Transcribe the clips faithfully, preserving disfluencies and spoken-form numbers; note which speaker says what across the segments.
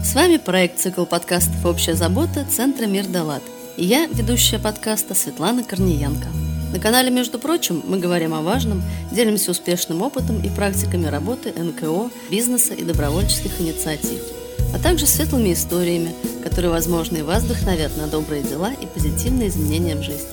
Speaker 1: С вами проект «Цикл подкастов «Общая забота» Центра «Мир Далат». И я, ведущая подкаста Светлана Корниенко. На канале, между прочим, мы говорим о важном, делимся успешным опытом и практиками работы эн ка о, бизнеса и добровольческих инициатив, а также светлыми историями, которые, возможно, и вас вдохновят на добрые дела и позитивные изменения в жизни.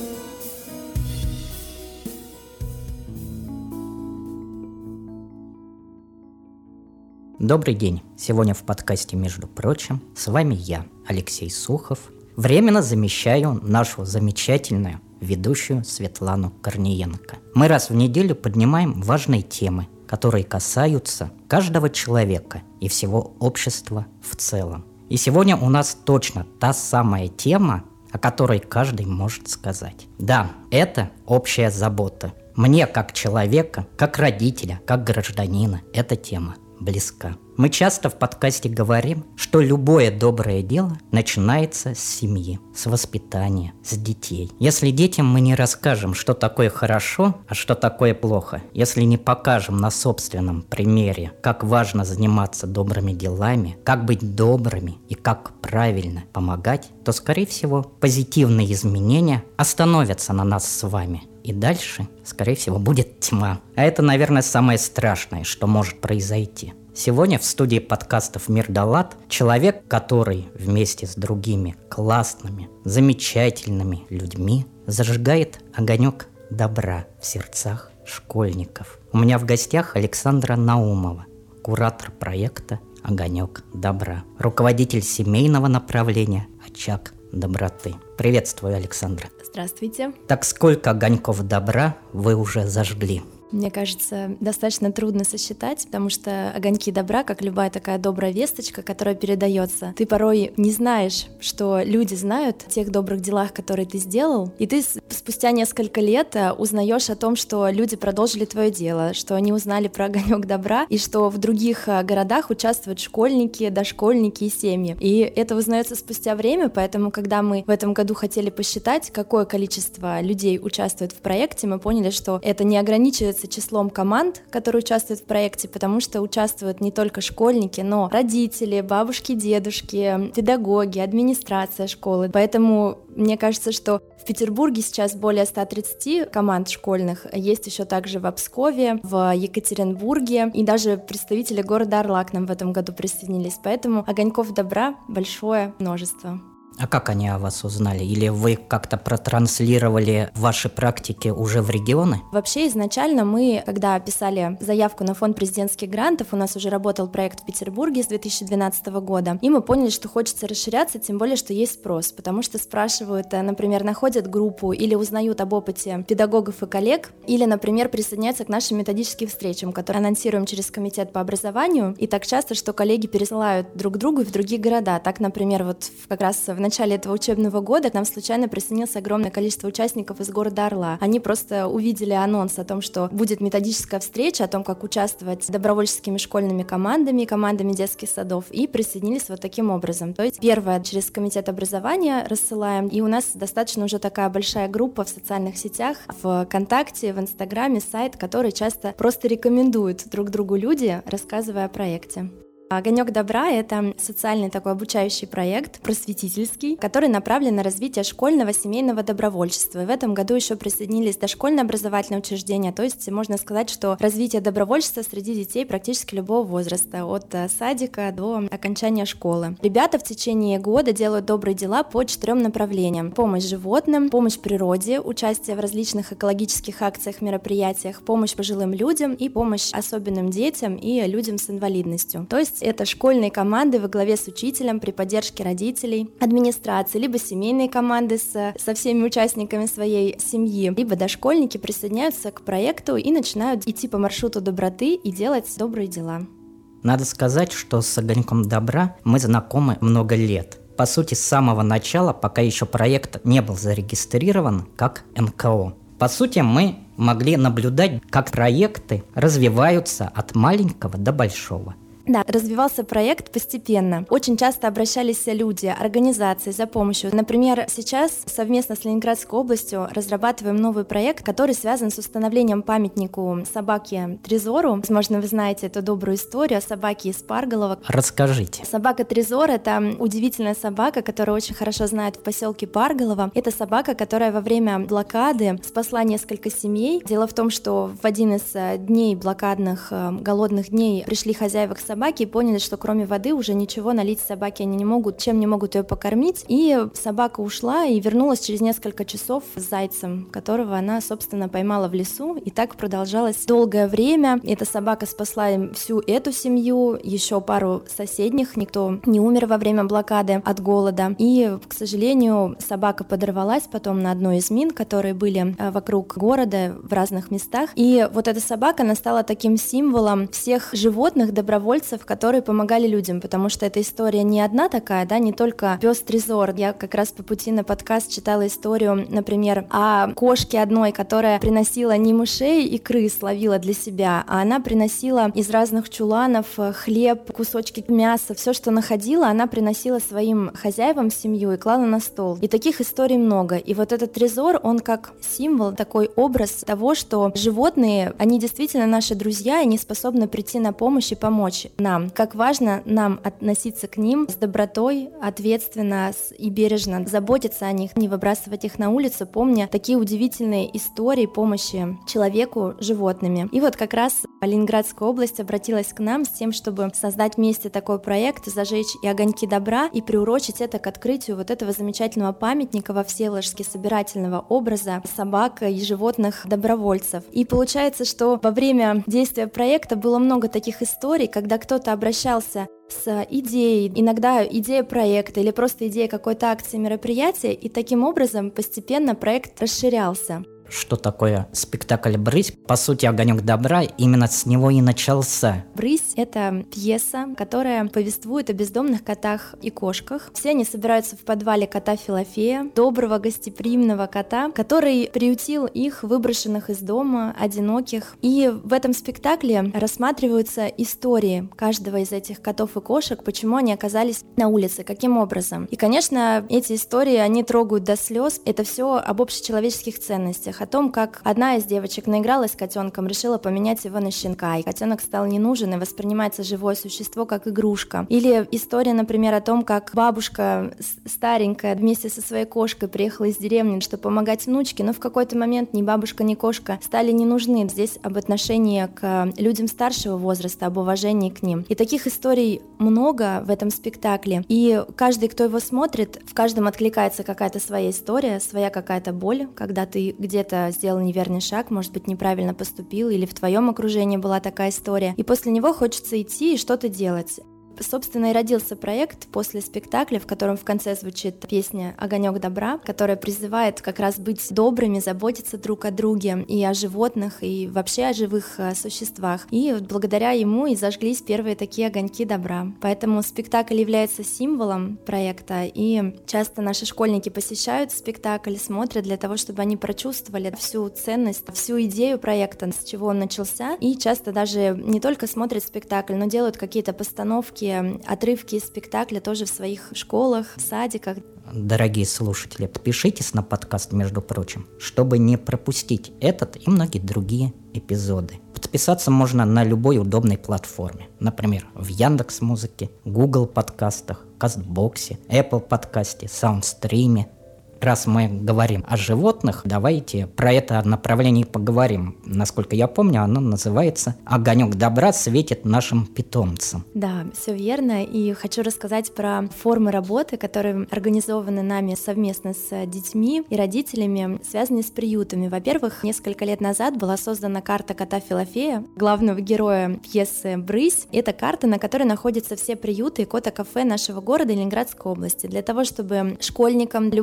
Speaker 2: Добрый день! Сегодня в подкасте, между прочим, с вами я, Алексей Сухов. Временно замещаю нашу замечательную ведущую Светлану Корниенко. Мы раз в неделю поднимаем важные темы, которые касаются каждого человека и всего общества в целом. И сегодня у нас точно та самая тема, о которой каждый может сказать. Да, это общая забота. Мне, как человека, как родителя, как гражданина, эта тема близка. Мы часто в подкасте говорим, что любое доброе дело начинается с семьи, с воспитания, с детей. Если детям мы не расскажем, что такое хорошо, а что такое плохо, если не покажем на собственном примере, как важно заниматься добрыми делами, как быть добрыми и как правильно помогать, то, скорее всего, позитивные изменения остановятся на нас с вами. И дальше, скорее всего, будет тьма. А это, наверное, самое страшное, что может произойти. Сегодня в студии подкастов «Мир Далат» человек, который вместе с другими классными, замечательными людьми зажигает огонек добра в сердцах школьников. У меня в гостях Александра Наумова, куратор проекта «Огонек добра», руководитель семейного направления «Очаг доброты». Приветствую, Александра.
Speaker 3: Здравствуйте.
Speaker 2: Так сколько огоньков добра вы уже зажгли?
Speaker 3: Мне кажется, достаточно трудно сосчитать, потому что огоньки добра, как любая такая добрая весточка, которая передается, ты порой не знаешь, что люди знают о тех добрых делах, которые ты сделал, и ты спустя несколько лет узнаешь о том, что люди продолжили твое дело, что они узнали про огонек добра, и что в других городах участвуют школьники, дошкольники и семьи. И это узнается спустя время, поэтому, когда мы в этом году хотели посчитать, какое количество людей участвует в проекте, мы поняли, что это не ограничивается числом команд, которые участвуют в проекте, потому что участвуют не только школьники, но родители, бабушки, дедушки, педагоги, администрация школы. Поэтому мне кажется, что в Петербурге сейчас более ста тридцати команд школьных, есть еще также в Пскове, в Екатеринбурге, и даже представители города Орла к нам в этом году присоединились, поэтому огоньков добра большое множество.
Speaker 2: А как они о вас узнали? Или вы как-то протранслировали ваши практики уже в регионы?
Speaker 3: Вообще, изначально мы, когда писали заявку на фонд президентских грантов, у нас уже работал проект в Петербурге с две тысячи двенадцатого года, и мы поняли, что хочется расширяться, тем более, что есть спрос, потому что спрашивают, например, находят группу или узнают об опыте педагогов и коллег, или, например, присоединяются к нашим методическим встречам, которые анонсируем через комитет по образованию, и так часто, что коллеги пересылают друг другу в другие города. Так, например, вот как раз в В начале этого учебного года к нам случайно присоединилось огромное количество участников из города Орла. Они просто увидели анонс о том, что будет методическая встреча, о том, как участвовать добровольческими школьными командами, командами детских садов, и присоединились вот таким образом. То есть первое через комитет образования рассылаем, и у нас достаточно уже такая большая группа в социальных сетях, в ВКонтакте, в Инстаграме, сайт, который часто просто рекомендуют друг другу люди, рассказывая о проекте. «Огонек добра» — это социальный такой обучающий проект, просветительский, который направлен на развитие школьного семейного добровольчества. И в этом году еще присоединились дошкольные образовательные учреждения, то есть можно сказать, что развитие добровольчества среди детей практически любого возраста, от садика до окончания школы. Ребята в течение года делают добрые дела по четырем направлениям: помощь животным, помощь природе, участие в различных экологических акциях, мероприятиях, помощь пожилым людям и помощь особенным детям и людям с инвалидностью. То есть это школьные команды во главе с учителем при поддержке родителей, администрации, либо семейные команды с, со всеми участниками своей семьи, либо дошкольники присоединяются к проекту и начинают идти по маршруту доброты и делать добрые дела.
Speaker 2: Надо сказать, что с огоньком добра мы знакомы много лет. По сути, с самого начала, пока еще проект не был зарегистрирован как эн ка о. По сути, мы могли наблюдать, как проекты развиваются от маленького до большого.
Speaker 3: Да, развивался проект постепенно. Очень часто обращались люди, организации за помощью. Например, сейчас совместно с Ленинградской областью разрабатываем новый проект, который связан с установлением памятнику собаке Трезору. Возможно, вы знаете эту добрую историю о собаке из Парголова.
Speaker 2: Расскажите.
Speaker 3: Собака Трезор — это удивительная собака, которую очень хорошо знают в поселке Парголово. Это собака, которая во время блокады спасла несколько семей. Дело в том, что в один из дней блокадных, голодных дней пришли хозяева к собаке и поняли, что кроме воды уже ничего налить собаке они не могут, чем не могут ее покормить. И собака ушла и вернулась через несколько часов с зайцем, которого она, собственно, поймала в лесу. И так продолжалось долгое время. Эта собака спасла им всю эту семью, еще пару соседних. Никто не умер во время блокады от голода. И, к сожалению, собака подорвалась потом на одной из мин, которые были вокруг города в разных местах. И вот эта собака, она стала таким символом всех животных, добровольцев, которые помогали людям, потому что эта история не одна такая, да, не только пес Трезор. Я как раз по пути на подкаст читала историю, например, о кошке одной, которая приносила не мышей и крыс, ловила для себя, а она приносила из разных чуланов хлеб, кусочки мяса, все, что находила, она приносила своим хозяевам в семью и клала на стол. И таких историй много. И вот этот Трезор, он как символ, такой образ того, что животные, они действительно наши друзья, и они способны прийти на помощь и помочь нам. Как важно нам относиться к ним с добротой, ответственно и бережно, заботиться о них, не выбрасывать их на улицу, помня такие удивительные истории помощи человеку животными. И вот как раз Ленинградская область обратилась к нам с тем, чтобы создать вместе такой проект, зажечь и огоньки добра, и приурочить это к открытию вот этого замечательного памятника во Всеволожске собирательного образа собак и животных-добровольцев. И получается, что во время действия проекта было много таких историй, когда кто-то обращался с идеей, иногда идея проекта или просто идея какой-то акции, мероприятия, и таким образом постепенно проект расширялся.
Speaker 2: Что такое спектакль «Брысь»? По сути, «Огонек добра» именно с него и начался.
Speaker 3: «Брысь» — это пьеса, которая повествует о бездомных котах и кошках. Все они собираются в подвале кота Филофея, доброго, гостеприимного кота, который приютил их, выброшенных из дома, одиноких. И в этом спектакле рассматриваются истории каждого из этих котов и кошек, почему они оказались на улице, каким образом. И, конечно, эти истории, они трогают до слез. Это все об общечеловеческих ценностях, о том, как одна из девочек наигралась котенком, решила поменять его на щенка, и котенок стал не нужен, и воспринимается живое существо как игрушка. Или история, например, о том, как бабушка старенькая вместе со своей кошкой приехала из деревни, чтобы помогать внучке, но в какой-то момент ни бабушка, ни кошка стали не нужны. Здесь об отношении к людям старшего возраста, об уважении к ним. И таких историй много в этом спектакле. И каждый, кто его смотрит, в каждом откликается какая-то своя история, своя какая-то боль, когда ты где-то сделал неверный шаг, может быть, неправильно поступил, или в твоем окружении была такая история, и после него хочется идти и что-то делать. Собственно, и родился проект после спектакля, в котором в конце звучит песня «Огонек добра», которая призывает как раз быть добрыми, заботиться друг о друге и о животных, и вообще о живых существах. И вот благодаря ему и зажглись первые такие огоньки добра. Поэтому спектакль является символом проекта, и часто наши школьники посещают спектакль, смотрят для того, чтобы они прочувствовали всю ценность, всю идею проекта, с чего он начался, и часто даже не только смотрят спектакль, но делают какие-то постановки, отрывки из спектакля тоже в своих школах, садиках.
Speaker 2: Дорогие слушатели, подпишитесь на подкаст, между прочим, чтобы не пропустить этот и многие другие эпизоды. Подписаться можно на любой удобной платформе, например, в Яндекс.Музыке, Google подкастах, Кастбоксе, Apple подкасте, Саундстриме. Раз мы говорим о животных, давайте про это направление поговорим. Насколько я помню, оно называется «Огонек добра светит нашим питомцам».
Speaker 3: Да, все верно. И хочу рассказать про формы работы, которые организованы нами совместно с детьми и родителями, связанные с приютами. Во-первых, несколько лет назад была создана карта кота Филофея, главного героя пьесы «Брысь». Это карта, на которой находятся все приюты и кота-кафе нашего города и Ленинградской области. Для того, чтобы школьникам, любым детям,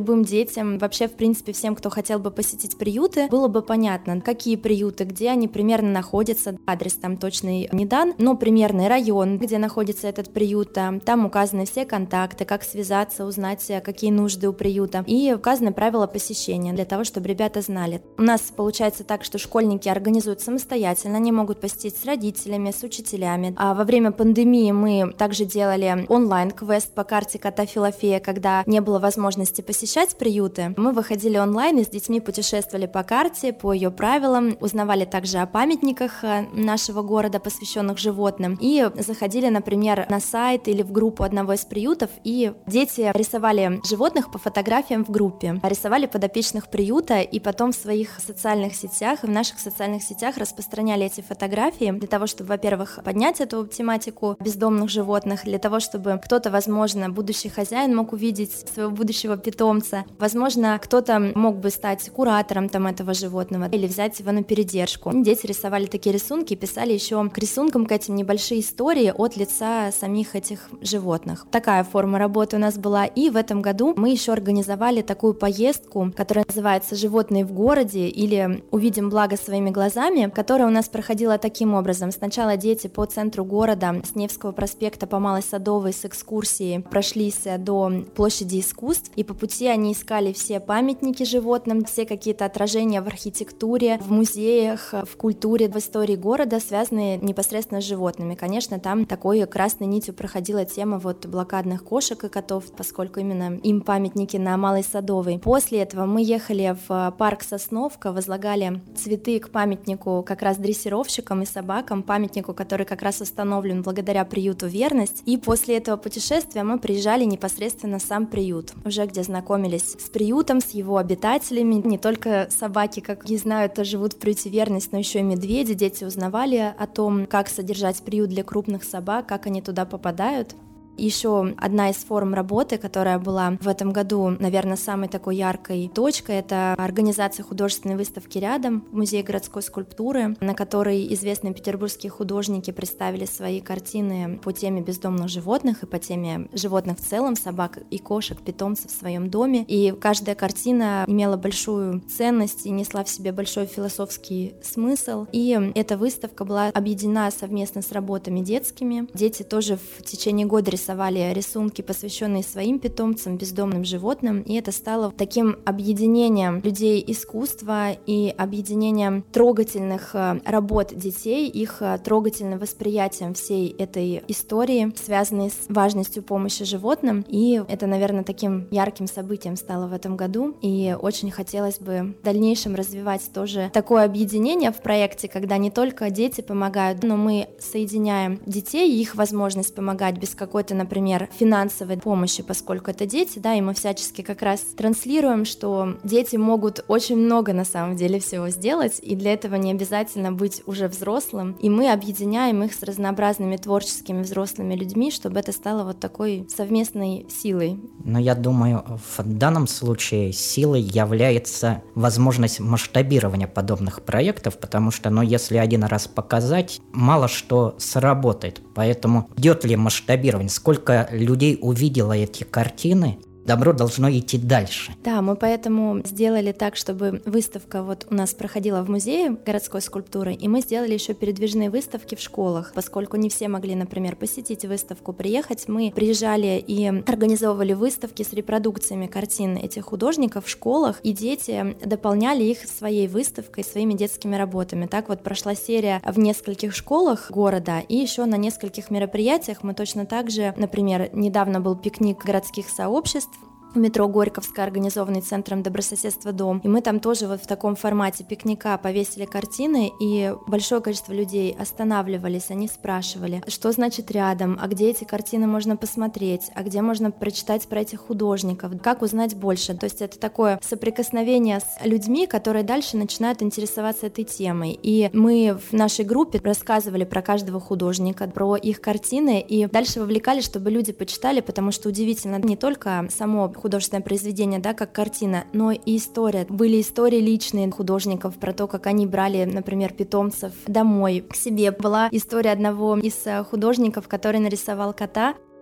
Speaker 3: детям, вообще, в принципе, всем, кто хотел бы посетить приюты, было бы понятно, какие приюты, где они примерно находятся, адрес там точный не дан, но примерный район, где находится этот приют, там указаны все контакты, как связаться, узнать, какие нужды у приюта, и указаны правила посещения для того, чтобы ребята знали. У нас получается так, что школьники организуют самостоятельно, они могут посетить с родителями, с учителями. А во время пандемии мы также делали онлайн-квест по карте кота Филофея, когда не было возможности посещать приюты. Мы выходили онлайн и с детьми путешествовали по карте, по ее правилам, узнавали также о памятниках нашего города, посвященных животным, и заходили, например, на сайт или в группу одного из приютов, и дети рисовали животных по фотографиям в группе, рисовали подопечных приюта, и потом в своих социальных сетях и в наших социальных сетях распространяли эти фотографии для того, чтобы, во-первых, поднять эту тематику бездомных животных, для того, чтобы кто-то, возможно, будущий хозяин мог увидеть своего будущего питомца, возможно, кто-то мог бы стать куратором там этого животного или взять его на передержку. Дети рисовали такие рисунки и писали еще к рисункам, к этим небольшие истории от лица самих этих животных. Такая форма работы у нас была, и в этом году мы еще организовали такую поездку, которая называется «Животные в городе» или «Увидим благо своими глазами», которая у нас проходила таким образом. Сначала дети по центру города с Невского проспекта по Малой Садовой с экскурсией прошлись до площади искусств, и по пути они искали все памятники животным, все какие-то отражения в архитектуре, в музеях, в культуре, в истории города, связанные непосредственно с животными. Конечно, там такой красной нитью проходила тема вот блокадных кошек и котов, поскольку именно им памятники на Малой Садовой. После этого мы ехали в парк Сосновка, возлагали цветы к памятнику как раз дрессировщикам и собакам, памятнику, который как раз установлен благодаря приюту «Верность». И после этого путешествия мы приезжали непосредственно в сам приют, уже где знакомились с приютом, с его обитателями. Не только собаки, как я знаю, то живут в приюте «Верность», но еще и медведи. Дети узнавали о том, как содержать приют для крупных собак, как они туда попадают. Еще одна из форм работы, которая была в этом году, наверное, самой такой яркой точкой, это организация художественной выставки рядом в Музее городской скульптуры, на которой известные петербургские художники представили свои картины по теме бездомных животных и по теме животных в целом, собак и кошек, питомцев в своем доме. И каждая картина имела большую ценность и несла в себе большой философский смысл. И эта выставка была объединена совместно с работами детскими. Дети тоже в течение года рисовали рисовали рисунки, посвященные своим питомцам, бездомным животным, и это стало таким объединением людей искусства и объединением трогательных работ детей, их трогательным восприятием всей этой истории, связанной с важностью помощи животным, и это, наверное, таким ярким событием стало в этом году, и очень хотелось бы в дальнейшем развивать тоже такое объединение в проекте, когда не только дети помогают, но мы соединяем детей и их возможность помогать без какой-то, например, финансовой помощи, поскольку это дети, да, и мы всячески как раз транслируем, что дети могут очень много на самом деле всего сделать, и для этого не обязательно быть уже взрослым, и мы объединяем их с разнообразными творческими взрослыми людьми, чтобы это стало вот такой совместной силой.
Speaker 2: Но я думаю, в данном случае силой является возможность масштабирования подобных проектов, потому что, ну, если один раз показать, мало что сработает, поэтому идет ли масштабирование, сколько людей увидело эти картины, добро должно идти дальше.
Speaker 3: Да, мы поэтому сделали так, чтобы выставка вот у нас проходила в Музее городской скульптуры, и мы сделали еще передвижные выставки в школах, поскольку не все могли, например, посетить выставку, приехать. Мы приезжали и организовывали выставки с репродукциями картин этих художников в школах, и дети дополняли их своей выставкой, своими детскими работами. Так вот прошла серия в нескольких школах города, и еще на нескольких мероприятиях мы точно так же, например, недавно был пикник городских сообществ, в метро Горьковская, организованный Центром добрососедства «Дом». И мы там тоже вот в таком формате пикника повесили картины, и большое количество людей останавливались, они спрашивали, что значит рядом, а где эти картины можно посмотреть, а где можно прочитать про этих художников, как узнать больше. То есть это такое соприкосновение с людьми, которые дальше начинают интересоваться этой темой. И мы в нашей группе рассказывали про каждого художника, про их картины, и дальше вовлекали, чтобы люди почитали, потому что удивительно не только само художественное произведение, да, как картина, но и история. Были истории личные художников про то, как они брали, например, питомцев домой к себе. Была история одного из художников, который нарисовал кота.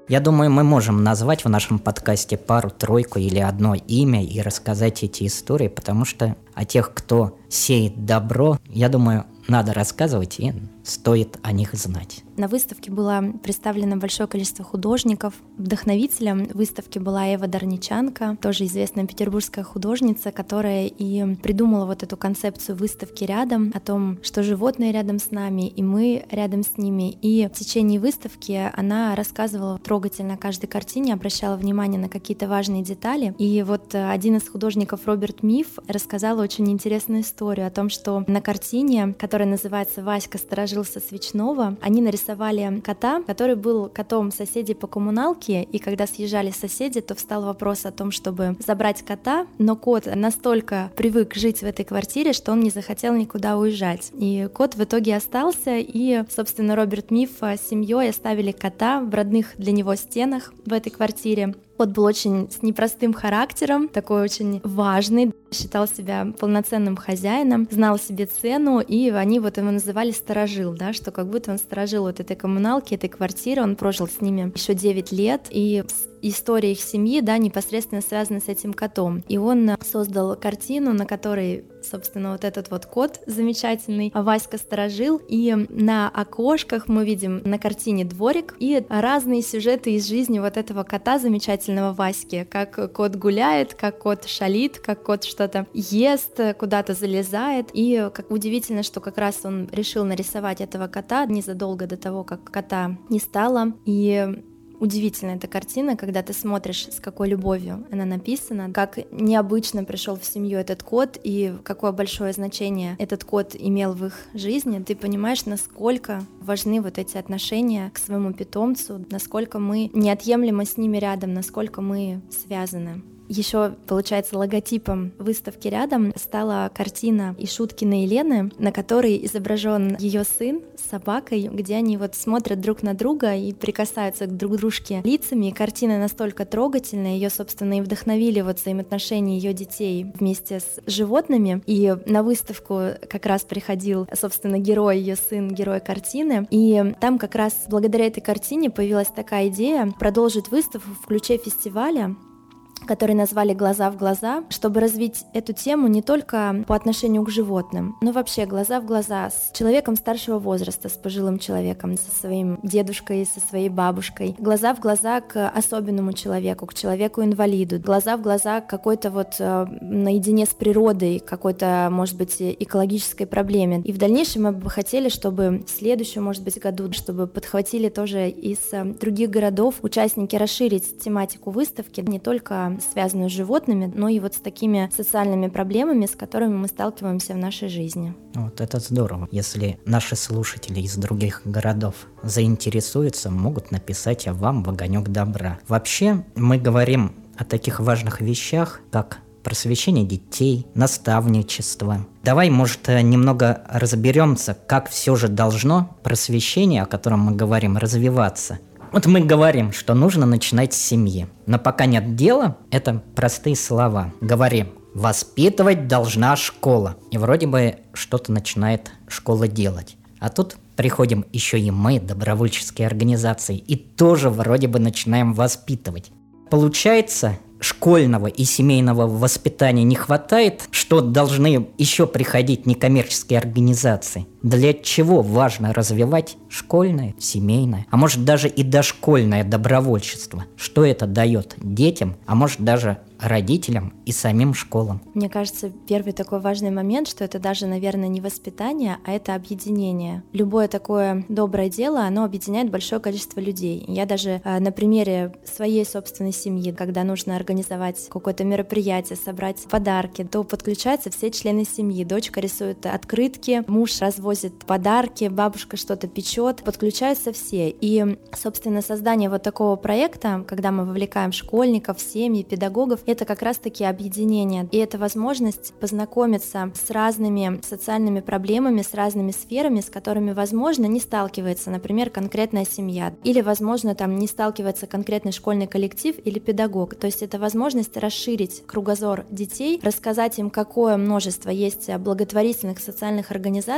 Speaker 2: Я думаю, мы можем назвать в нашем подкасте пару-тройку или одно имя и рассказать эти истории, потому что о тех, кто сеет добро, я думаю, надо рассказывать и стоит о них знать.
Speaker 3: На выставке было представлено большое количество художников. Вдохновителем выставки была Эва Дарничанко, тоже известная петербургская художница, которая и придумала вот эту концепцию выставки рядом, о том, что животные рядом с нами, и мы рядом с ними. И в течение выставки она рассказывала трогательно о каждой картине, обращала внимание на какие-то важные детали. И вот один из художников, Роберт Миф, рассказал очень интересную историю о том, что на картине, которая называется «Васька сторожился свечного», они нарисовали кота, который был котом соседей по коммуналке, и когда съезжали соседи, то встал вопрос о том, чтобы забрать кота, но кот настолько привык жить в этой квартире, что он не захотел никуда уезжать. И кот в итоге остался, и, собственно, Роберт Миф с семьей оставили кота в родных для него стенах в этой квартире. Кот был очень с непростым характером, такой очень важный, считал себя полноценным хозяином, знал себе цену, и они вот его называли сторожил, да, что как будто он сторожил вот этой коммуналки, этой квартиры, он прожил с ними еще девять лет, и история их семьи, да, непосредственно связана с этим котом. И он создал картину, на которой, собственно, вот этот вот кот замечательный, Васька сторожил, и на окошках мы видим на картине дворик и разные сюжеты из жизни вот этого кота замечательного Васьки, как кот гуляет, как кот шалит, как кот что-то ест, куда-то залезает, и как удивительно, что как раз он решил нарисовать этого кота незадолго до того, как кота не стало, и удивительная эта картина, когда ты смотришь, с какой любовью она написана, как необычно пришел в семью этот кот и какое большое значение этот кот имел в их жизни. Ты понимаешь, насколько важны вот эти отношения к своему питомцу, насколько мы неотъемлемо с ними рядом, насколько мы связаны. Еще, получается, логотипом выставки рядом стала картина Ишуткиной Елены, на которой изображен ее сын с собакой, где они вот смотрят друг на друга и прикасаются к друг дружке лицами. И картина настолько трогательная, ее, собственно, и вдохновили вот взаимоотношения ее детей вместе с животными. И на выставку как раз приходил, собственно, герой, ее сын, герой картины. И там как раз благодаря этой картине появилась такая идея продолжить выставку в ключе фестиваля, который назвали «Глаза в глаза», чтобы развить эту тему не только по отношению к животным, но вообще глаза в глаза с человеком старшего возраста, с пожилым человеком, со своим дедушкой, со своей бабушкой, глаза в глаза к особенному человеку, к человеку-инвалиду, глаза в глаза к какой-то вот э, наедине с природой, какой-то, может быть, экологической проблеме. И в дальнейшем мы бы хотели, чтобы в следующем, может быть, году, чтобы подхватили тоже из э, других городов участники расширить тематику выставки, не только связанную с животными, но и вот с такими социальными проблемами, с которыми мы сталкиваемся в нашей жизни.
Speaker 2: Вот это здорово. Если наши слушатели из других городов заинтересуются, могут написать вам в «Огонек добра». Вообще, мы говорим о таких важных вещах, как просвещение детей, наставничество. Давай, может, немного разберемся, как все же должно просвещение, о котором мы говорим, развиваться. Вот мы говорим, что нужно начинать с семьи. Но пока нет дела, это простые слова. Говорим, воспитывать должна школа. И вроде бы что-то начинает школа делать. А тут приходим еще и мы, добровольческие организации, и тоже вроде бы начинаем воспитывать. Получается, школьного и семейного воспитания не хватает, что должны еще приходить некоммерческие организации. Для чего важно развивать школьное, семейное, а может даже и дошкольное добровольчество? Что это дает детям, а может даже родителям и самим школам?
Speaker 3: Мне кажется, первый такой важный момент, что это даже, наверное, не воспитание, а это объединение. Любое такое доброе дело, оно объединяет большое количество людей. Я даже э, на примере своей собственной семьи, когда нужно организовать какое-то мероприятие, собрать подарки, то подключаются все члены семьи. Дочка рисует открытки, муж развозит подарки, бабушка что-то печет, подключаются все. И, собственно, создание вот такого проекта, когда мы вовлекаем школьников, семьи, педагогов, это как раз-таки объединение. И это возможность познакомиться с разными социальными проблемами, с разными сферами, с которыми, возможно, не сталкивается, например, конкретная семья. Или, возможно, там не сталкивается конкретный школьный коллектив или педагог. То есть это возможность расширить кругозор детей, рассказать им, какое множество есть благотворительных социальных организаций, какое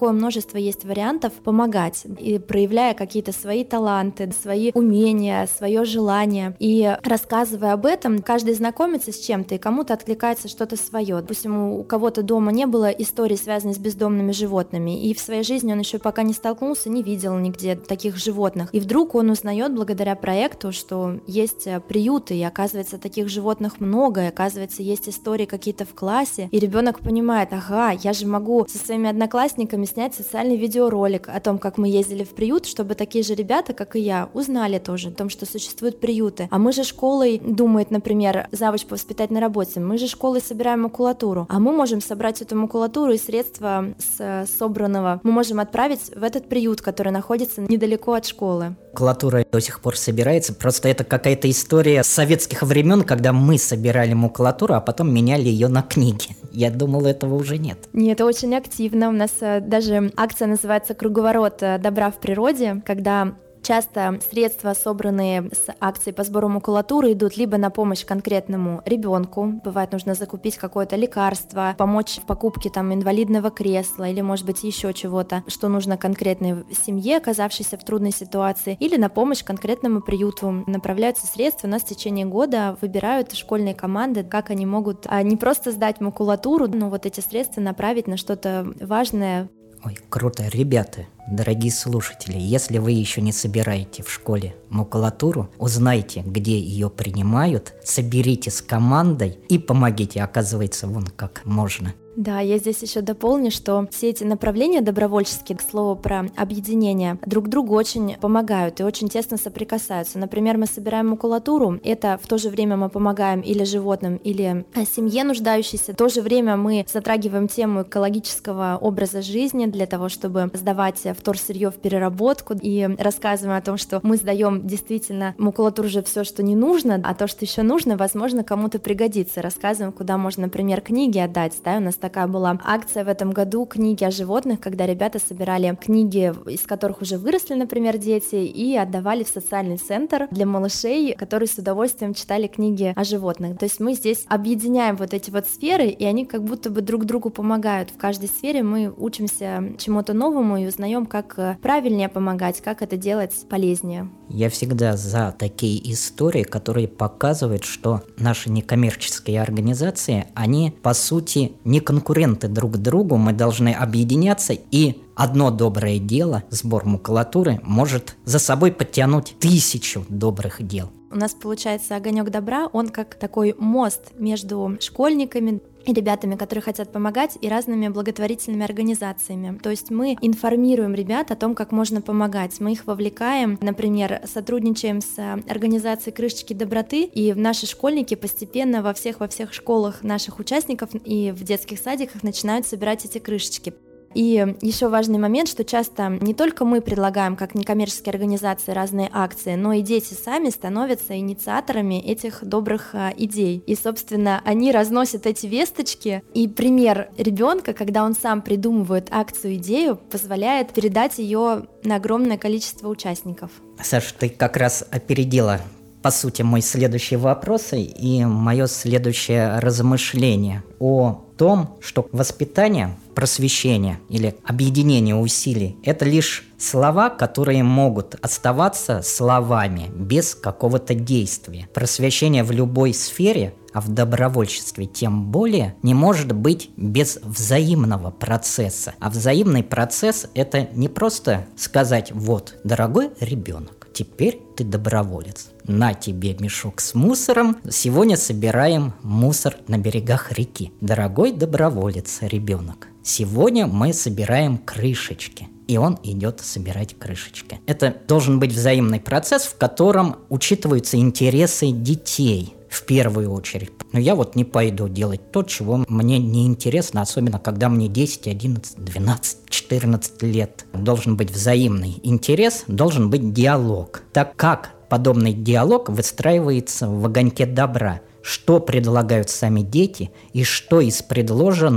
Speaker 3: какое множество есть вариантов помогать, и проявляя какие-то свои таланты, свои умения, свое желание. И рассказывая об этом, каждый знакомится с чем-то, и кому-то откликается что-то свое. Допустим, у кого-то дома не было истории, связанной с бездомными животными, и в своей жизни он еще пока не столкнулся, не видел нигде таких животных. И вдруг он узнает благодаря проекту, что есть приюты, и оказывается, таких животных много, и оказывается, есть истории какие-то в классе, и ребенок понимает: ага, я же могу со своими одноклассниками снять социальный видеоролик о том, как мы ездили в приют, чтобы такие же ребята, как и я, узнали тоже о том, что существуют приюты. А мы же школой, думает, например, завуч по воспитательной работе, мы же школой собираем макулатуру, а мы можем собрать эту макулатуру и средства с собранного мы можем отправить в этот приют, который находится недалеко от школы.
Speaker 2: Макулатура до сих пор собирается, просто это какая-то история советских времен, когда мы собирали макулатуру, а потом меняли ее на книги. Я думал, этого уже нет.
Speaker 3: Нет, это очень активно. У нас даже акция называется «Круговорот добра в природе», когда часто средства, собранные с акций по сбору макулатуры, идут либо на помощь конкретному ребенку, бывает нужно закупить какое-то лекарство, помочь в покупке там инвалидного кресла или, может быть, еще чего-то, что нужно конкретной семье, оказавшейся в трудной ситуации, или на помощь конкретному приюту. Направляются средства, у нас в течение года выбирают школьные команды, как они могут а, не просто сдать макулатуру, но вот эти средства направить на что-то важное.
Speaker 2: Ой, круто. Ребята, дорогие слушатели, если вы еще не собираете в школе макулатуру, узнайте, где ее принимают, соберите с командой и помогите. Оказывается, вон как можно.
Speaker 3: Да, я здесь еще дополню, что все эти направления добровольческие, к слову про объединение, друг другу очень помогают и очень тесно соприкасаются. Например, мы собираем макулатуру, это в то же время мы помогаем или животным, или семье нуждающейся. В то же время мы затрагиваем тему экологического образа жизни для того, чтобы сдавать вторсырье в переработку, и рассказываем о том, что мы сдаем действительно макулатуру же все, что не нужно, а то, что еще нужно, возможно, кому-то пригодится. Рассказываем, куда можно, например, книги отдать. Да, у нас такая была акция в этом году «Книги о животных», когда ребята собирали книги, из которых уже выросли, например, дети, и отдавали в социальный центр для малышей, которые с удовольствием читали книги о животных. То есть мы здесь объединяем вот эти вот сферы, и они как будто бы друг другу помогают. В каждой сфере мы учимся чему-то новому и узнаем, как правильнее помогать, как это делать полезнее.
Speaker 2: Я всегда за такие истории, которые показывают, что наши некоммерческие организации, они, по сути, не конкуренты друг другу, мы должны объединяться, и одно доброе дело, сбор макулатуры, может за собой подтянуть тысячу добрых дел.
Speaker 3: У нас получается «Огонек добра», он как такой мост между школьниками и ребятами, которые хотят помогать, и разными благотворительными организациями. То есть мы информируем ребят о том, как можно помогать. Мы их вовлекаем, например, сотрудничаем с организацией «Крышечки доброты», и наши школьники постепенно во всех во всех школах наших участников и в детских садиках начинают собирать эти крышечки. И еще важный момент, что часто не только мы предлагаем, как некоммерческие организации, разные акции, но и дети сами становятся инициаторами этих добрых а, идей. И, собственно, они разносят эти весточки. И пример ребенка, когда он сам придумывает акцию, идею, позволяет передать ее на огромное количество участников.
Speaker 2: Саша, ты как раз опередила, по сути, мой следующий вопрос и мое следующее размышление о том, что воспитание, просвещение или объединение усилий – это лишь слова, которые могут оставаться словами без какого-то действия. Просвещение в любой сфере, а в добровольчестве тем более, не может быть без взаимного процесса. А взаимный процесс – это не просто сказать: вот, дорогой ребенок, теперь ты доброволец. На тебе мешок с мусором. Сегодня собираем мусор на берегах реки. Дорогой доброволец, ребенок, сегодня мы собираем крышечки. И он идет собирать крышечки. Это должен быть взаимный процесс, в котором учитываются интересы детей в первую очередь. Но я вот не пойду делать то, чего мне не интересно, особенно когда мне десять, одиннадцать, двенадцать, четырнадцать лет. Должен быть взаимный интерес, должен быть диалог. Так как подобный диалог выстраивается в огоньке добра? Что предлагают сами дети и что из предложенного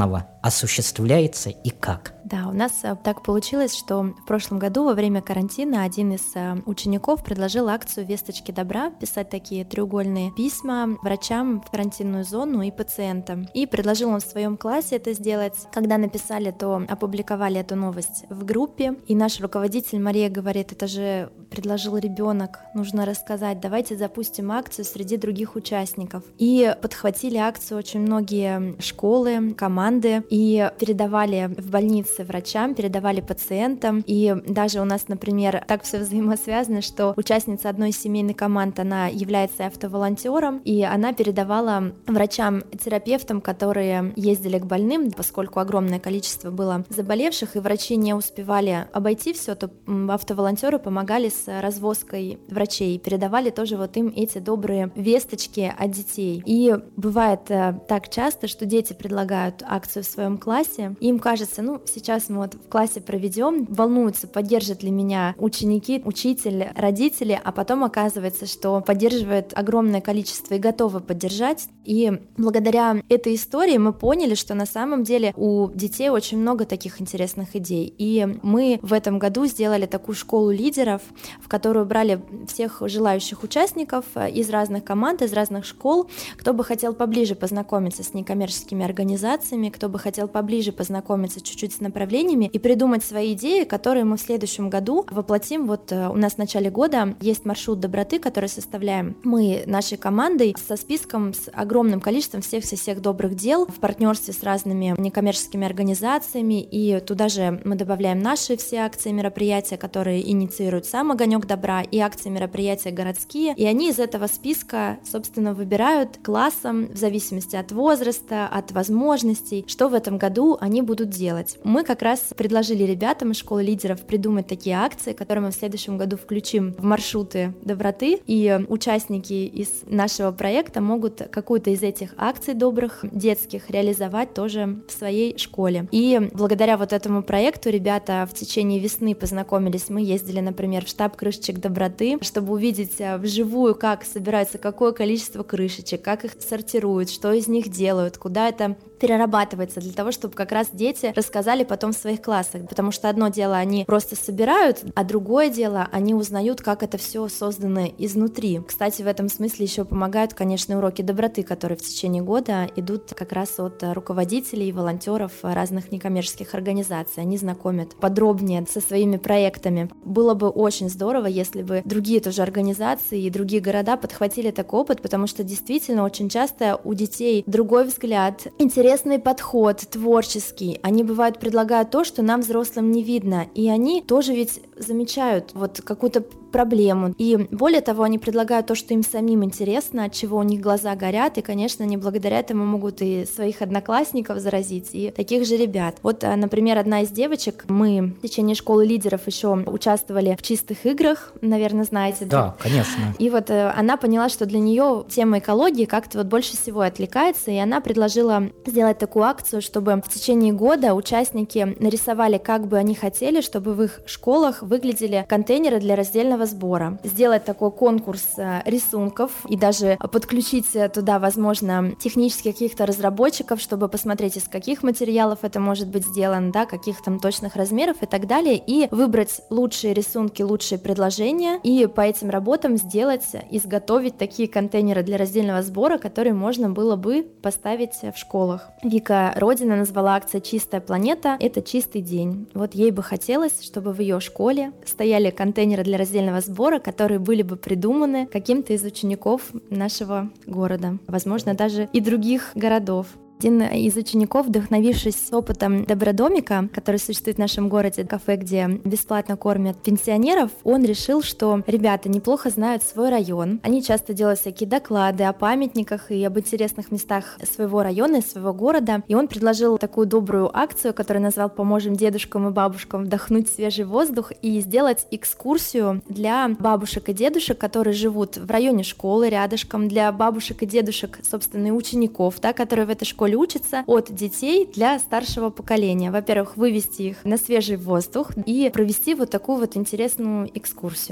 Speaker 2: осуществляется и как?
Speaker 3: Да, у нас так получилось, что в прошлом году во время карантина один из учеников предложил акцию «Весточки добра», писать такие треугольные письма врачам в карантинную зону и пациентам. И предложил он в своем классе это сделать. Когда написали, то опубликовали эту новость в группе. И наш руководитель Мария говорит: это же предложил ребенок, нужно рассказать, давайте запустим акцию среди других участников. И подхватили акцию очень многие школы, команды, и передавали в больнице врачам, передавали пациентам. И даже у нас, например, так все взаимосвязано, что участница одной из семейных команд, она является автоволонтером, и она передавала врачам-терапевтам, которые ездили к больным, поскольку огромное количество было заболевших, и врачи не успевали обойти все, то автоволонтеры помогали с развозкой врачей, передавали тоже вот им эти добрые весточки от детей. И бывает так часто, что дети предлагают акцию в своем классе, и им кажется, ну, сейчас мы вот в классе проведем, волнуются, поддержат ли меня ученики, учитель, родители, а потом оказывается, что поддерживает огромное количество и готовы поддержать. И благодаря этой истории мы поняли, что на самом деле у детей очень много таких интересных идей. И мы в этом году сделали такую школу лидеров, в которую брали всех желающих участников из разных команд, из разных школ, кто бы хотел поближе познакомиться с некоммерческими организациями, кто бы хотел поближе познакомиться чуть-чуть с направлениями и придумать свои идеи, которые мы в следующем году воплотим. Вот у нас в начале года есть маршрут доброты, который составляем мы нашей командой со списком, с огромным количеством всех-всех добрых дел в партнерстве с разными некоммерческими организациями, и туда же мы добавляем наши все акции, мероприятия, которые инициирует сам Огонек Добра, и акции, мероприятия городские, и они из этого списка, собственно, выбирают классом в зависимости от возраста, от возможностей, что в этом году они будут делать. Мы как раз предложили ребятам из школы лидеров придумать такие акции, которые мы в следующем году включим в маршруты доброты, и участники из нашего проекта могут какую-то из этих акций добрых детских реализовать тоже в своей школе. И благодаря вот этому проекту ребята в течение весны познакомились. Мы ездили, например, в штаб крышечек доброты, чтобы увидеть вживую, как собирается, какое количество крышечек, как их сортируют, что из них делают, куда это перерабатывается, для того, чтобы как раз дети рассказали потом в своих классах, потому что одно дело они просто собирают, а другое дело они узнают, как это все создано изнутри. Кстати, в этом смысле еще помогают, конечно, уроки доброты, которые в течение года идут как раз от руководителей и волонтеров разных некоммерческих организаций. Они знакомят подробнее со своими проектами. Было бы очень здорово, если бы другие тоже организации и другие города подхватили такой опыт, потому что действительно очень часто у детей другой взгляд, интересный подход, творческий. Они бывают предлагают то, что нам, взрослым, не видно, и они тоже ведь замечают вот какую-то проблему. И более того, они предлагают то, что им самим интересно, от чего у них глаза горят, и, конечно, они благодаря этому могут и своих одноклассников заразить, и таких же ребят. Вот, например, одна из девочек, мы в течение школы лидеров еще участвовали в чистых играх, наверное, знаете.
Speaker 2: Да, да? Конечно.
Speaker 3: И вот она поняла, что для нее тема экологии как-то вот больше всего отвлекается, и она предложила сделать такую акцию, чтобы в течение года участники нарисовали, как бы они хотели, чтобы в их школах выглядели контейнеры для раздельного сбора. Сделать такой конкурс рисунков и даже подключить туда, возможно, технических каких-то разработчиков, чтобы посмотреть, из каких материалов это может быть сделано, да, каких там точных размеров и так далее, и выбрать лучшие рисунки, лучшие предложения, и по этим работам сделать, изготовить такие контейнеры для раздельного сбора, которые можно было бы поставить в школах. Вика Родина назвала акцию «Чистая планета» — это чистый день. Вот ей бы хотелось, чтобы в ее школе стояли контейнеры для раздельного сбора, которые были бы придуманы каким-то из учеников нашего города, возможно, даже и других городов. Один из учеников, вдохновившись опытом Добродомика, который существует в нашем городе, кафе, где бесплатно кормят пенсионеров, он решил, что ребята неплохо знают свой район. Они часто делают всякие доклады о памятниках и об интересных местах своего района и своего города. И он предложил такую добрую акцию, которую назвал «Поможем дедушкам и бабушкам вдохнуть свежий воздух» и сделать экскурсию для бабушек и дедушек, которые живут в районе школы рядышком, для бабушек и дедушек, собственно, и учеников, да, которые в этой школе учатся, от детей для старшего поколения. Во-первых, вывести их на свежий воздух и провести вот такую вот интересную экскурсию.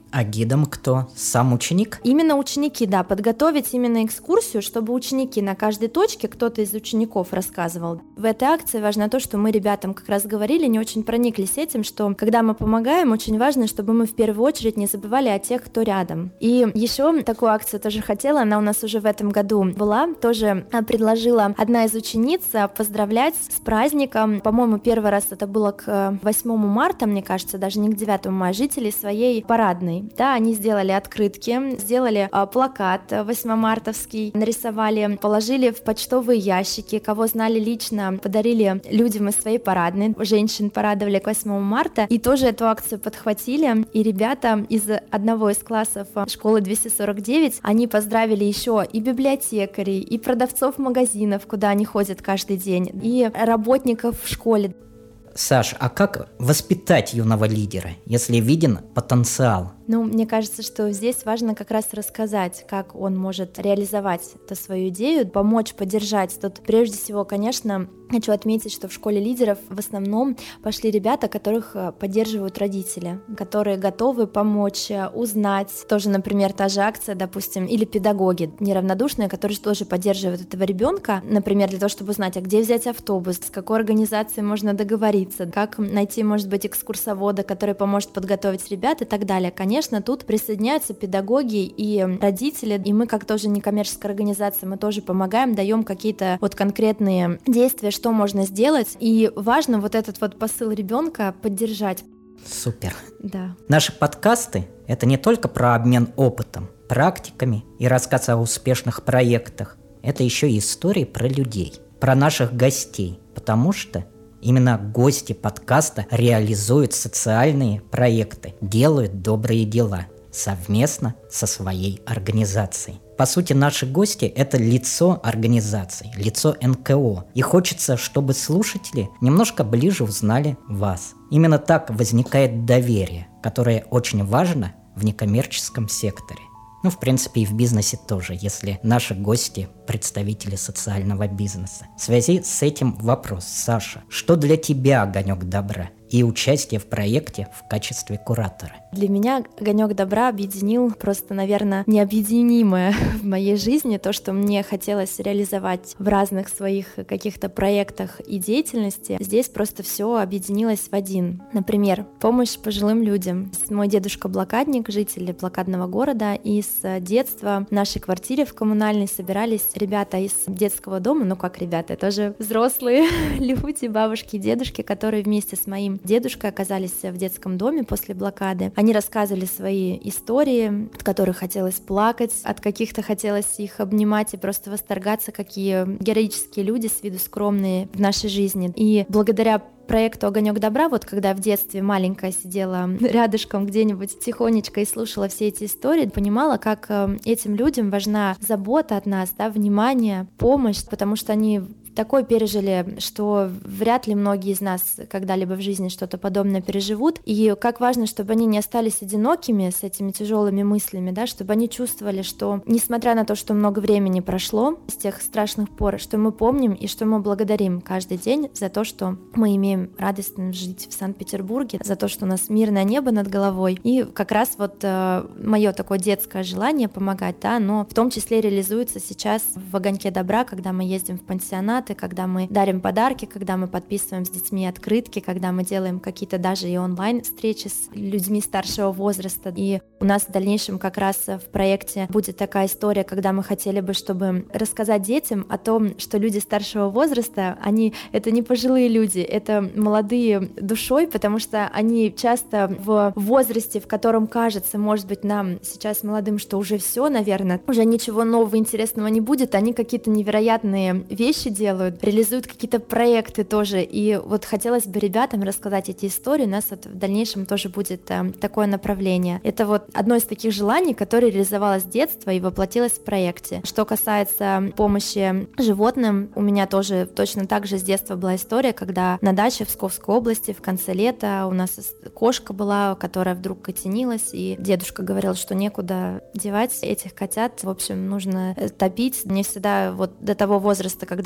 Speaker 2: А гидом кто? Сам ученик?
Speaker 3: Именно ученики, да, подготовить именно экскурсию, чтобы ученики на каждой точке, кто-то из учеников рассказывал. В этой акции важно то, что мы ребятам как раз говорили, не очень прониклись этим, что когда мы помогаем, очень важно, чтобы мы в первую очередь не забывали о тех, кто рядом. И еще такую акцию тоже хотела, она у нас уже в этом году была, тоже предложила одна из учениц поздравлять с праздником. По-моему, первый раз это было к восьмому марта, мне кажется, даже не к девятому мая, жителей своей парадной. Да, они сделали открытки, сделали а, плакат восьмомартовский, нарисовали, положили в почтовые ящики, кого знали лично, подарили людям из своей парадной, женщин порадовали к восьмому марта, и тоже эту акцию подхватили, и ребята из одного из классов школы двести сорок девять, они поздравили еще и библиотекарей, и продавцов магазинов, куда они ходят каждый день, и работников в школе.
Speaker 2: Саш, а как воспитать юного лидера, если виден потенциал?
Speaker 3: Ну, мне кажется, что здесь важно как раз рассказать, как он может реализовать эту свою идею, помочь, поддержать. Тут прежде всего, конечно, хочу отметить, что в школе лидеров в основном пошли ребята, которых поддерживают родители, которые готовы помочь, узнать. Тоже, например, та же акция, допустим, или педагоги неравнодушные, которые тоже поддерживают этого ребенка, например, для того, чтобы узнать, а где взять автобус, с какой организацией можно договориться, как найти, может быть, экскурсовода, который поможет подготовить ребят и так далее. Конечно, Конечно, тут присоединяются педагоги и родители, и мы, как тоже некоммерческая организация, мы тоже помогаем, даем какие-то вот конкретные действия, что можно сделать, и важно вот этот вот посыл ребенка поддержать.
Speaker 2: Супер.
Speaker 3: Да.
Speaker 2: Наши подкасты — это не только про обмен опытом, практиками и рассказ о успешных проектах, это еще и истории про людей, про наших гостей, потому что именно гости подкаста реализуют социальные проекты, делают добрые дела совместно со своей организацией. По сути, наши гости – это лицо организации, лицо эн ка о. И хочется, чтобы слушатели немножко ближе узнали вас. Именно так возникает доверие, которое очень важно в некоммерческом секторе. Ну, в принципе, и в бизнесе тоже, если наши гости – представители социального бизнеса. В связи с этим вопрос, Саша, что для тебя огонек добра и участие в проекте в качестве куратора?
Speaker 3: Для меня огонек добра объединил просто, наверное, необъединимое в моей жизни то, что мне хотелось реализовать в разных своих каких-то проектах и деятельности. Здесь просто все объединилось в один. Например, помощь пожилым людям. Мой дедушка блокадник, житель блокадного города, и с детства в нашей квартире в коммунальной собирались ребята из детского дома, ну как ребята, это же взрослые люди, бабушки и дедушки, которые вместе с моим дедушкой оказались в детском доме после блокады. Они рассказывали свои истории, от которых хотелось плакать, от каких-то хотелось их обнимать и просто восторгаться, какие героические люди с виду скромные в нашей жизни. И благодаря проекту «Огонек добра», вот когда в детстве маленькая сидела рядышком где-нибудь тихонечко и слушала все эти истории, понимала, как этим людям важна забота от нас, да, внимание, помощь, потому что они такое пережили, что вряд ли многие из нас когда-либо в жизни что-то подобное переживут. И как важно, чтобы они не остались одинокими с этими тяжелыми мыслями, да, чтобы они чувствовали, что, несмотря на то, что много времени прошло с тех страшных пор, что мы помним и что мы благодарим каждый день за то, что мы имеем радость жить в Санкт-Петербурге, за то, что у нас мирное небо над головой. И как раз вот э, мое такое детское желание помогать, да, оно в том числе реализуется сейчас в «Огоньке добра», когда мы ездим в пансионат, когда мы дарим подарки, когда мы подписываем с детьми открытки, когда мы делаем какие-то даже и онлайн-встречи с людьми старшего возраста. И у нас в дальнейшем как раз в проекте будет такая история, когда мы хотели бы, чтобы рассказать детям о том, что люди старшего возраста, они это не пожилые люди, это молодые душой, потому что они часто в возрасте, в котором кажется, может быть, нам сейчас молодым, что уже все, наверное, уже ничего нового, интересного не будет, они какие-то невероятные вещи делают, реализуют какие-то проекты тоже, и вот хотелось бы ребятам рассказать эти истории, у нас вот в дальнейшем тоже будет э, такое направление. Это вот одно из таких желаний, которое реализовалось с детства и воплотилось в проекте. Что касается помощи животным, у меня тоже точно так же с детства была история, когда на даче в Псковской области в конце лета у нас кошка была, которая вдруг котенилась, и дедушка говорил, что некуда девать этих котят, в общем, нужно топить. Не всегда вот до того возраста, когда я доросла,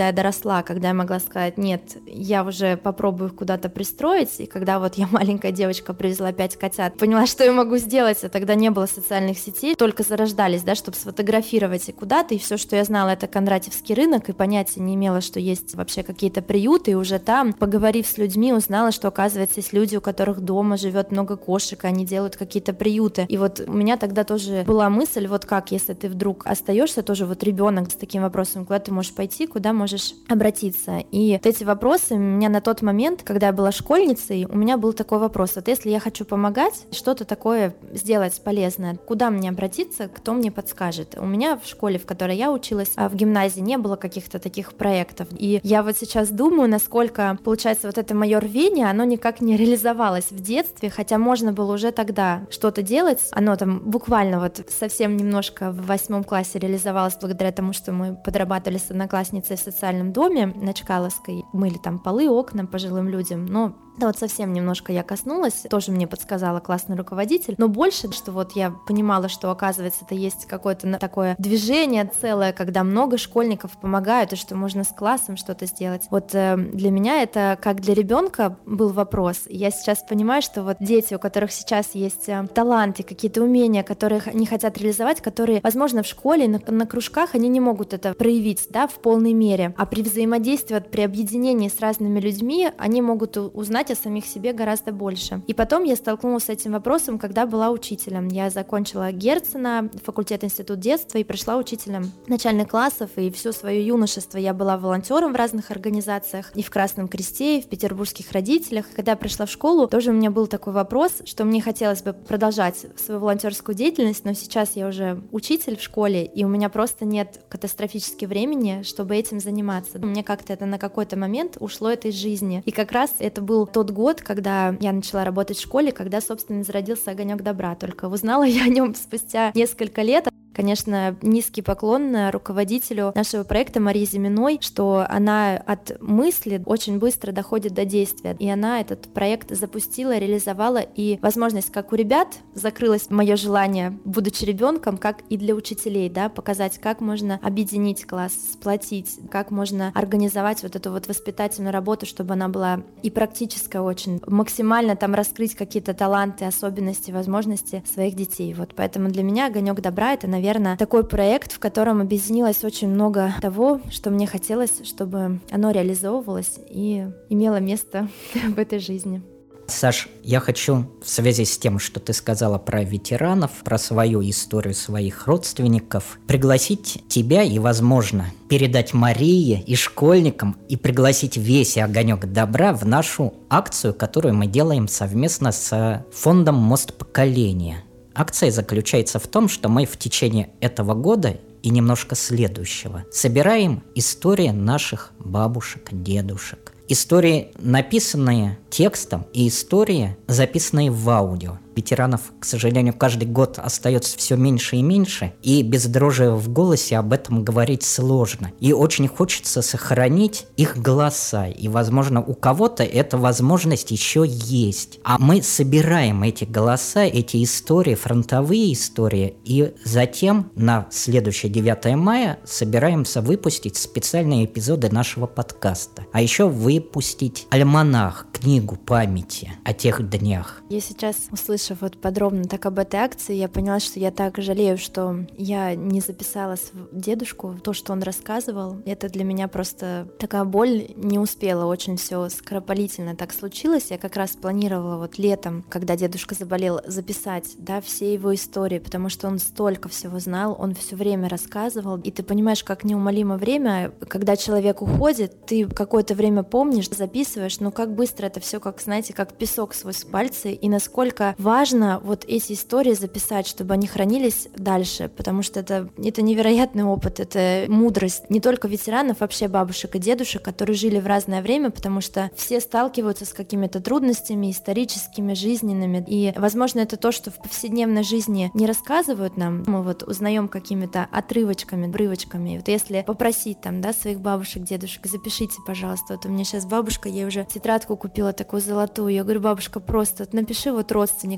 Speaker 3: росла, когда я могла сказать: нет, я уже попробую их куда-то пристроить, и когда вот я, маленькая девочка, привезла пять котят, поняла, что я могу сделать, а тогда не было социальных сетей, только зарождались, да, чтобы сфотографировать и куда-то, и все, что я знала, это Кондратьевский рынок, и понятия не имела, что есть вообще какие-то приюты, и уже там, поговорив с людьми, узнала, что, оказывается, есть люди, у которых дома живет много кошек, и они делают какие-то приюты. И вот у меня тогда тоже была мысль, вот как, если ты вдруг остаешься тоже вот ребенок с таким вопросом, куда ты можешь пойти, куда можешь обратиться. И вот эти вопросы у меня на тот момент, когда я была школьницей, у меня был такой вопрос: вот если я хочу помогать, что-то такое сделать полезное, куда мне обратиться, кто мне подскажет? У меня в школе, в которой я училась, а в гимназии не было каких-то таких проектов. И я вот сейчас думаю, насколько, получается, вот это мое рвение, оно никак не реализовалось в детстве, хотя можно было уже тогда что-то делать. Оно там буквально вот совсем немножко в восьмом классе реализовалось благодаря тому, что мы подрабатывали с одноклассницей в социальном доме на Чкаловской, мыли там полы, окна пожилым людям, но да, вот совсем немножко я коснулась, тоже мне подсказала классный руководитель, но больше, что вот я понимала, что, оказывается, это есть какое-то такое движение целое, когда много школьников помогают, и что можно с классом что-то сделать. Вот э, для меня это, как для ребенка, был вопрос. Я сейчас понимаю, что вот дети, у которых сейчас есть э, таланты, какие-то умения, которые они хотят реализовать, которые, возможно, в школе, на, на кружках они не могут это проявить, да, в полной мере, а при взаимодействии, вот, при объединении с разными людьми, они могут узнать о самих себе гораздо больше. И потом я столкнулась с этим вопросом, когда была учителем. Я закончила Герцена, факультет институт детства, и пришла учителем начальных классов, и все свое юношество я была волонтером в разных организациях, и в Красном Кресте, и в Петербургских родителях. Когда я пришла в школу, тоже у меня был такой вопрос, что мне хотелось бы продолжать свою волонтерскую деятельность, но сейчас я уже учитель в школе, и у меня просто нет катастрофически времени, чтобы этим заниматься. Мне как-то это на какой-то момент ушло это из жизни. И как раз это был тот год, когда я начала работать в школе, когда, собственно, зародился «Огонек добра». Только узнала я о нем спустя несколько лет. Конечно, низкий поклон руководителю нашего проекта Марии Зиминой, что она от мысли очень быстро доходит до действия. И она этот проект запустила, реализовала, и возможность, как у ребят, закрылось мое желание, будучи ребенком, как и для учителей, да, показать, как можно объединить класс, сплотить, как можно организовать вот эту вот воспитательную работу, чтобы она была и практическая очень, максимально там раскрыть какие-то таланты, особенности, возможности своих детей. Вот поэтому для меня «Огонек добра» — это, наверное, Наверное, такой проект, в котором объединилось очень много того, что мне хотелось, чтобы оно реализовывалось и имело место в этой жизни.
Speaker 2: Саш, я хочу в связи с тем, что ты сказала про ветеранов, про свою историю своих родственников, пригласить тебя и, возможно, передать Марии и школьникам и пригласить весь «Огонек добра» в нашу акцию, которую мы делаем совместно с фондом «Мост поколения». Акция заключается в том, что мы в течение этого года и немножко следующего собираем истории наших бабушек, дедушек. Истории, написанные текстом, и истории, записанные в аудио. Ветеранов, к сожалению, каждый год остается все меньше и меньше, и без дрожи в голосе об этом говорить сложно. И очень хочется сохранить их голоса, и, возможно, у кого-то эта возможность еще есть. А мы собираем эти голоса, эти истории, фронтовые истории, и затем на следующее девятое мая собираемся выпустить специальные эпизоды нашего подкаста. А еще выпустить альманах, книгу памяти о тех днях.
Speaker 3: Я сейчас, услышав вот подробно так об этой акции, я поняла, что я так жалею, что я не записала дедушку, то, что он рассказывал. Это для меня просто такая боль, не успела, очень все скоропалительно так случилось. Я как раз планировала вот летом, когда дедушка заболел, записать, да, все его истории, потому что он столько всего знал, он все время рассказывал, и ты понимаешь, как неумолимо время, когда человек уходит, ты какое-то время помнишь, записываешь, но как быстро это все, как, знаете, как песок сквозь пальцы, и насколько важно вот эти истории записать, чтобы они хранились дальше, потому что это, это невероятный опыт, это мудрость не только ветеранов, вообще бабушек и дедушек, которые жили в разное время, потому что все сталкиваются с какими-то трудностями историческими, жизненными, и, возможно, это то, что в повседневной жизни не рассказывают нам, мы вот узнаем какими-то отрывочками, брывочками. Вот если попросить там, да, своих бабушек, дедушек, запишите, пожалуйста, вот у меня сейчас бабушка, я уже тетрадку купила такую золотую, я говорю, бабушка, просто вот напиши вот родственник,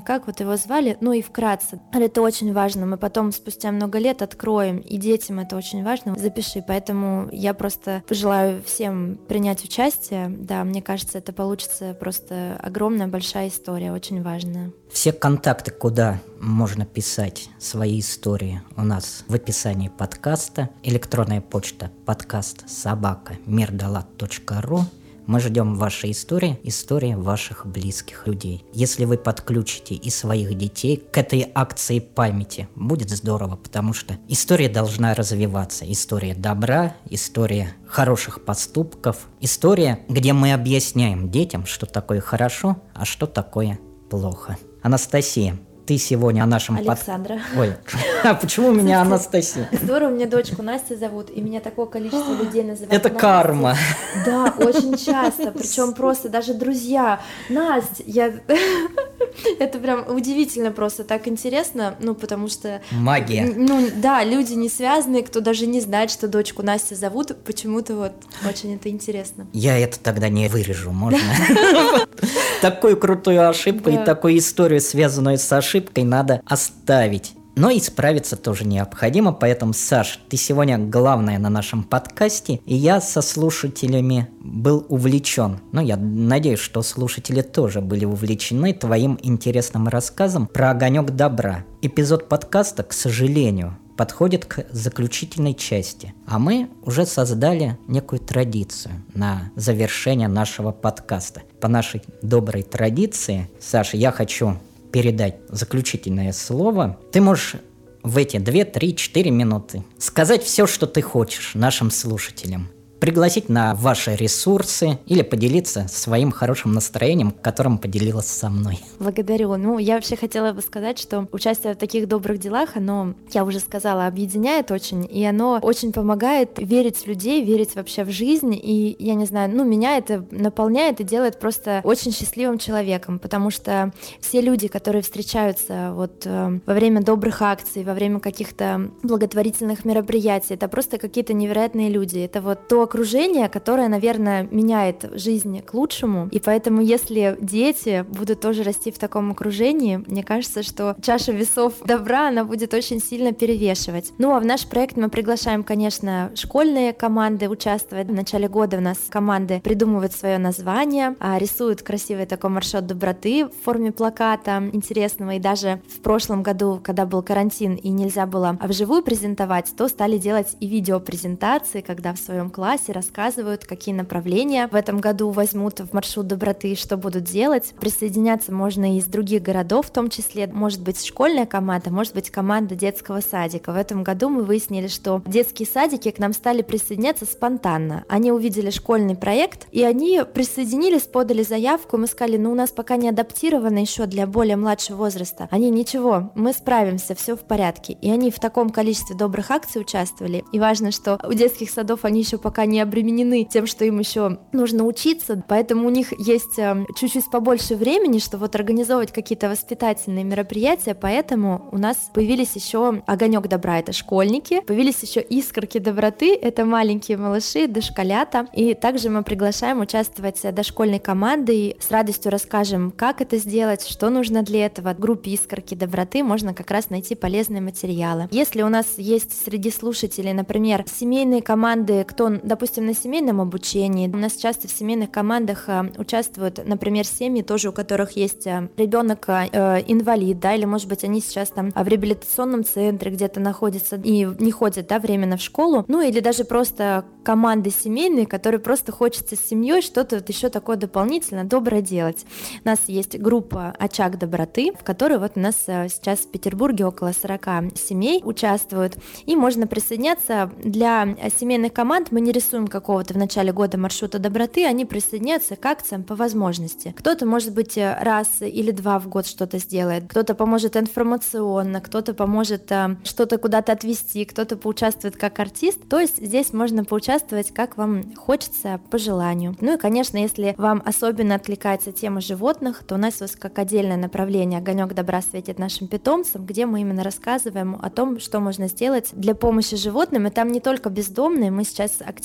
Speaker 3: как вот его звали, ну и вкратце. Это очень важно, мы потом спустя много лет откроем, и детям это очень важно. Запиши, поэтому я просто желаю всем принять участие. Да, мне кажется, это получится просто огромная, большая история, очень важная.
Speaker 2: Все контакты, куда можно писать свои истории, у нас в описании подкаста. Электронная почта подкаст собака мирдалат точка ру. Мы ждем ваши истории, истории ваших близких людей. Если вы подключите и своих детей к этой акции памяти, будет здорово, потому что история должна развиваться. История добра, история хороших поступков, история, где мы объясняем детям, что такое хорошо, а что такое плохо. Анастасия, ты сегодня о нашем
Speaker 3: Александра.
Speaker 2: Под... Ой, а почему меня Анастасия?
Speaker 3: Здорово, меня дочку Настя зовут, и меня такое количество людей называют
Speaker 2: Это
Speaker 3: Настя.
Speaker 2: карма.
Speaker 3: Да, очень часто, причем просто даже друзья. Настя, я... Это прям удивительно просто, так интересно, ну, потому что...
Speaker 2: Магия.
Speaker 3: Ну, да, люди не связанные, кто даже не знает, что дочку Настя зовут, почему-то вот очень это интересно.
Speaker 2: Я это тогда не вырежу, можно? Такую крутую ошибку и такую историю, связанную с ошибкой, надо оставить. Но исправиться тоже необходимо, поэтому, Саш, ты сегодня главная на нашем подкасте, и я со слушателями был увлечен. Ну, я надеюсь, что слушатели тоже были увлечены твоим интересным рассказом про огонек добра. Эпизод подкаста, к сожалению, подходит к заключительной части, а мы уже создали некую традицию на завершение нашего подкаста. По нашей доброй традиции, Саша, я хочу передать заключительное слово. Ты можешь в эти две, три, четыре минуты сказать все, что ты хочешь нашим слушателям. Пригласить на ваши ресурсы или поделиться своим хорошим настроением, которым поделилась со мной.
Speaker 3: Благодарю. Ну, я вообще хотела бы сказать, что участие в таких добрых делах, оно, я уже сказала, объединяет очень, и оно очень помогает верить в людей, верить вообще в жизнь, и, я не знаю, ну, меня это наполняет и делает просто очень счастливым человеком, потому что все люди, которые встречаются вот э, во время добрых акций, во время каких-то благотворительных мероприятий, это просто какие-то невероятные люди, это вот то окружение, которое, наверное, меняет жизнь к лучшему, и поэтому, если дети будут тоже расти в таком окружении, мне кажется, что чаша весов добра, она будет очень сильно перевешивать. Ну, а в наш проект мы приглашаем, конечно, школьные команды участвовать. В начале года у нас команды придумывают свое название, рисуют красивый такой маршрут доброты в форме плаката интересного, и даже в прошлом году, когда был карантин и нельзя было вживую презентовать, то стали делать и видеопрезентации, когда в своем классе рассказывают, какие направления в этом году возьмут в маршрут доброты, что будут делать. Присоединяться можно и из других городов, в том числе, может быть, школьная команда, может быть, команда детского садика. В этом году мы выяснили, что детские садики к нам стали присоединяться спонтанно. Они увидели школьный проект, и они присоединились, подали заявку, мы сказали, ну, у нас пока не адаптировано еще для более младшего возраста. Они, ничего, мы справимся, все в порядке. И они в таком количестве добрых акций участвовали. И важно, что у детских садов они еще пока не обременены тем, что им еще нужно учиться, поэтому у них есть чуть-чуть побольше времени, чтобы вот организовывать какие-то воспитательные мероприятия, поэтому у нас появились еще огонек добра, это школьники, появились еще искорки доброты, это маленькие малыши, дошколята, и также мы приглашаем участвовать дошкольной командой, с радостью расскажем, как это сделать, что нужно для этого. В группе искорки доброты можно как раз найти полезные материалы. Если у нас есть среди слушателей, например, семейные команды, кто, допустим, на семейном обучении. У нас часто в семейных командах э, участвуют, например, семьи тоже, у которых есть э, ребенок э, инвалид, да, или, может быть, они сейчас там в реабилитационном центре где-то находятся и не ходят, да, временно в школу. Ну, или даже просто команды семейные, которые просто хочется с семьей что-то вот еще такое дополнительно доброе делать. У нас есть группа «Очаг доброты», в которой вот у нас э, сейчас в Петербурге около сорок семей участвуют, и можно присоединяться. Для семейных команд мы не рисуем какого-то в начале года маршрута доброты, они присоединяются к акциям по возможности. Кто-то, может быть, раз или два в год что-то сделает, кто-то поможет информационно, кто-то поможет а, что-то куда-то отвезти, кто-то поучаствует как артист. То есть здесь можно поучаствовать, как вам хочется, по желанию. Ну и, конечно, если вам особенно откликается тема животных, то у нас есть как отдельное направление «Огонек добра светит нашим питомцам», где мы именно рассказываем о том, что можно сделать для помощи животным. И там не только бездомные, мы сейчас активно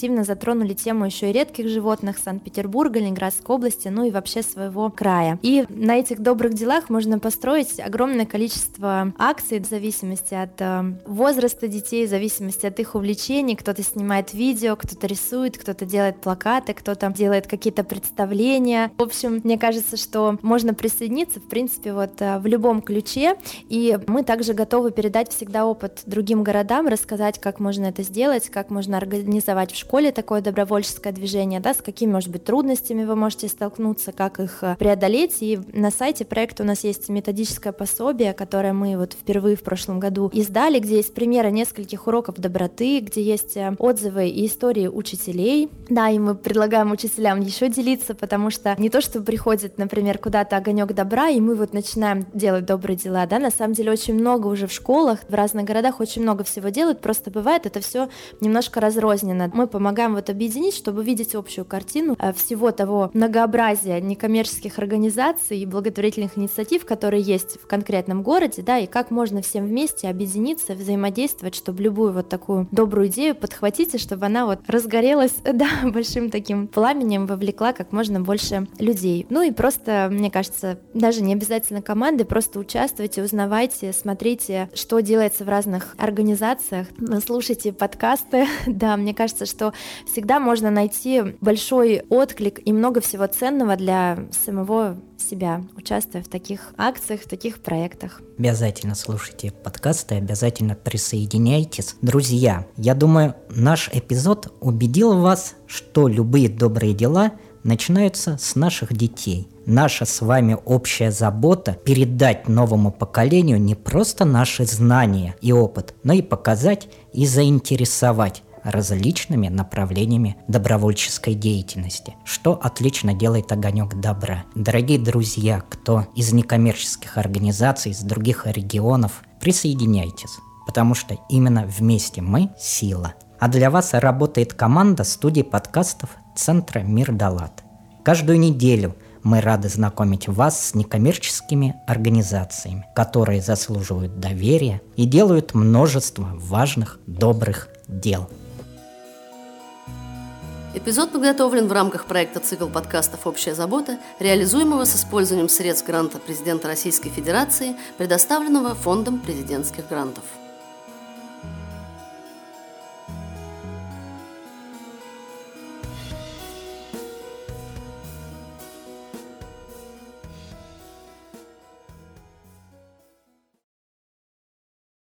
Speaker 3: активно затронули тему еще и редких животных Санкт-Петербурга, Ленинградской области, ну и вообще своего края. И на этих добрых делах можно построить огромное количество акций в зависимости от э, возраста детей, в зависимости от их увлечений. Кто-то снимает видео, кто-то рисует, кто-то делает плакаты, кто-то делает какие-то представления. В общем, мне кажется, что можно присоединиться, в принципе, вот э, в любом ключе. И мы также готовы передать всегда опыт другим городам, рассказать, как можно это сделать, как можно организовать в школе такое добровольческое движение, да, с какими, может быть, трудностями вы можете столкнуться, как их преодолеть. И на сайте проекта у нас есть методическое пособие, которое мы вот впервые в прошлом году издали, где есть примеры нескольких уроков доброты, где есть отзывы и истории учителей. Да, и мы предлагаем учителям еще делиться, потому что не то, что приходит, например, куда-то огонек добра, и мы вот начинаем делать добрые дела, да, на самом деле очень много уже в школах, в разных городах очень много всего делают, просто бывает это все немножко разрознено. Мы помогаем вот объединить, чтобы видеть общую картину всего того многообразия некоммерческих организаций и благотворительных инициатив, которые есть в конкретном городе, да, и как можно всем вместе объединиться, взаимодействовать, чтобы любую вот такую добрую идею подхватить, и чтобы она вот разгорелась, да, большим таким пламенем, вовлекла как можно больше людей. Ну и просто, мне кажется, даже не обязательно команды, просто участвуйте, узнавайте, смотрите, что делается в разных организациях, слушайте подкасты. Да, мне кажется, что всегда можно найти большой отклик и много всего ценного для самого себя, участвуя в таких акциях, в таких проектах.
Speaker 2: Обязательно слушайте подкасты, обязательно присоединяйтесь. Друзья, я думаю, наш эпизод убедил вас, что любые добрые дела начинаются с наших детей. Наша с вами общая забота – передать новому поколению не просто наши знания и опыт, но и показать и заинтересовать различными направлениями добровольческой деятельности, что отлично делает огонек добра. Дорогие друзья, кто из некоммерческих организаций, из других регионов, присоединяйтесь, потому что именно вместе мы – сила. А для вас работает команда студии подкастов Центра Мир Далат. Каждую неделю мы рады знакомить вас с некоммерческими организациями, которые заслуживают доверия и делают множество важных, добрых дел.
Speaker 1: Эпизод подготовлен в рамках проекта «Цикл подкастов «Общая забота», реализуемого с использованием средств гранта президента Российской Федерации, предоставленного Фондом президентских грантов.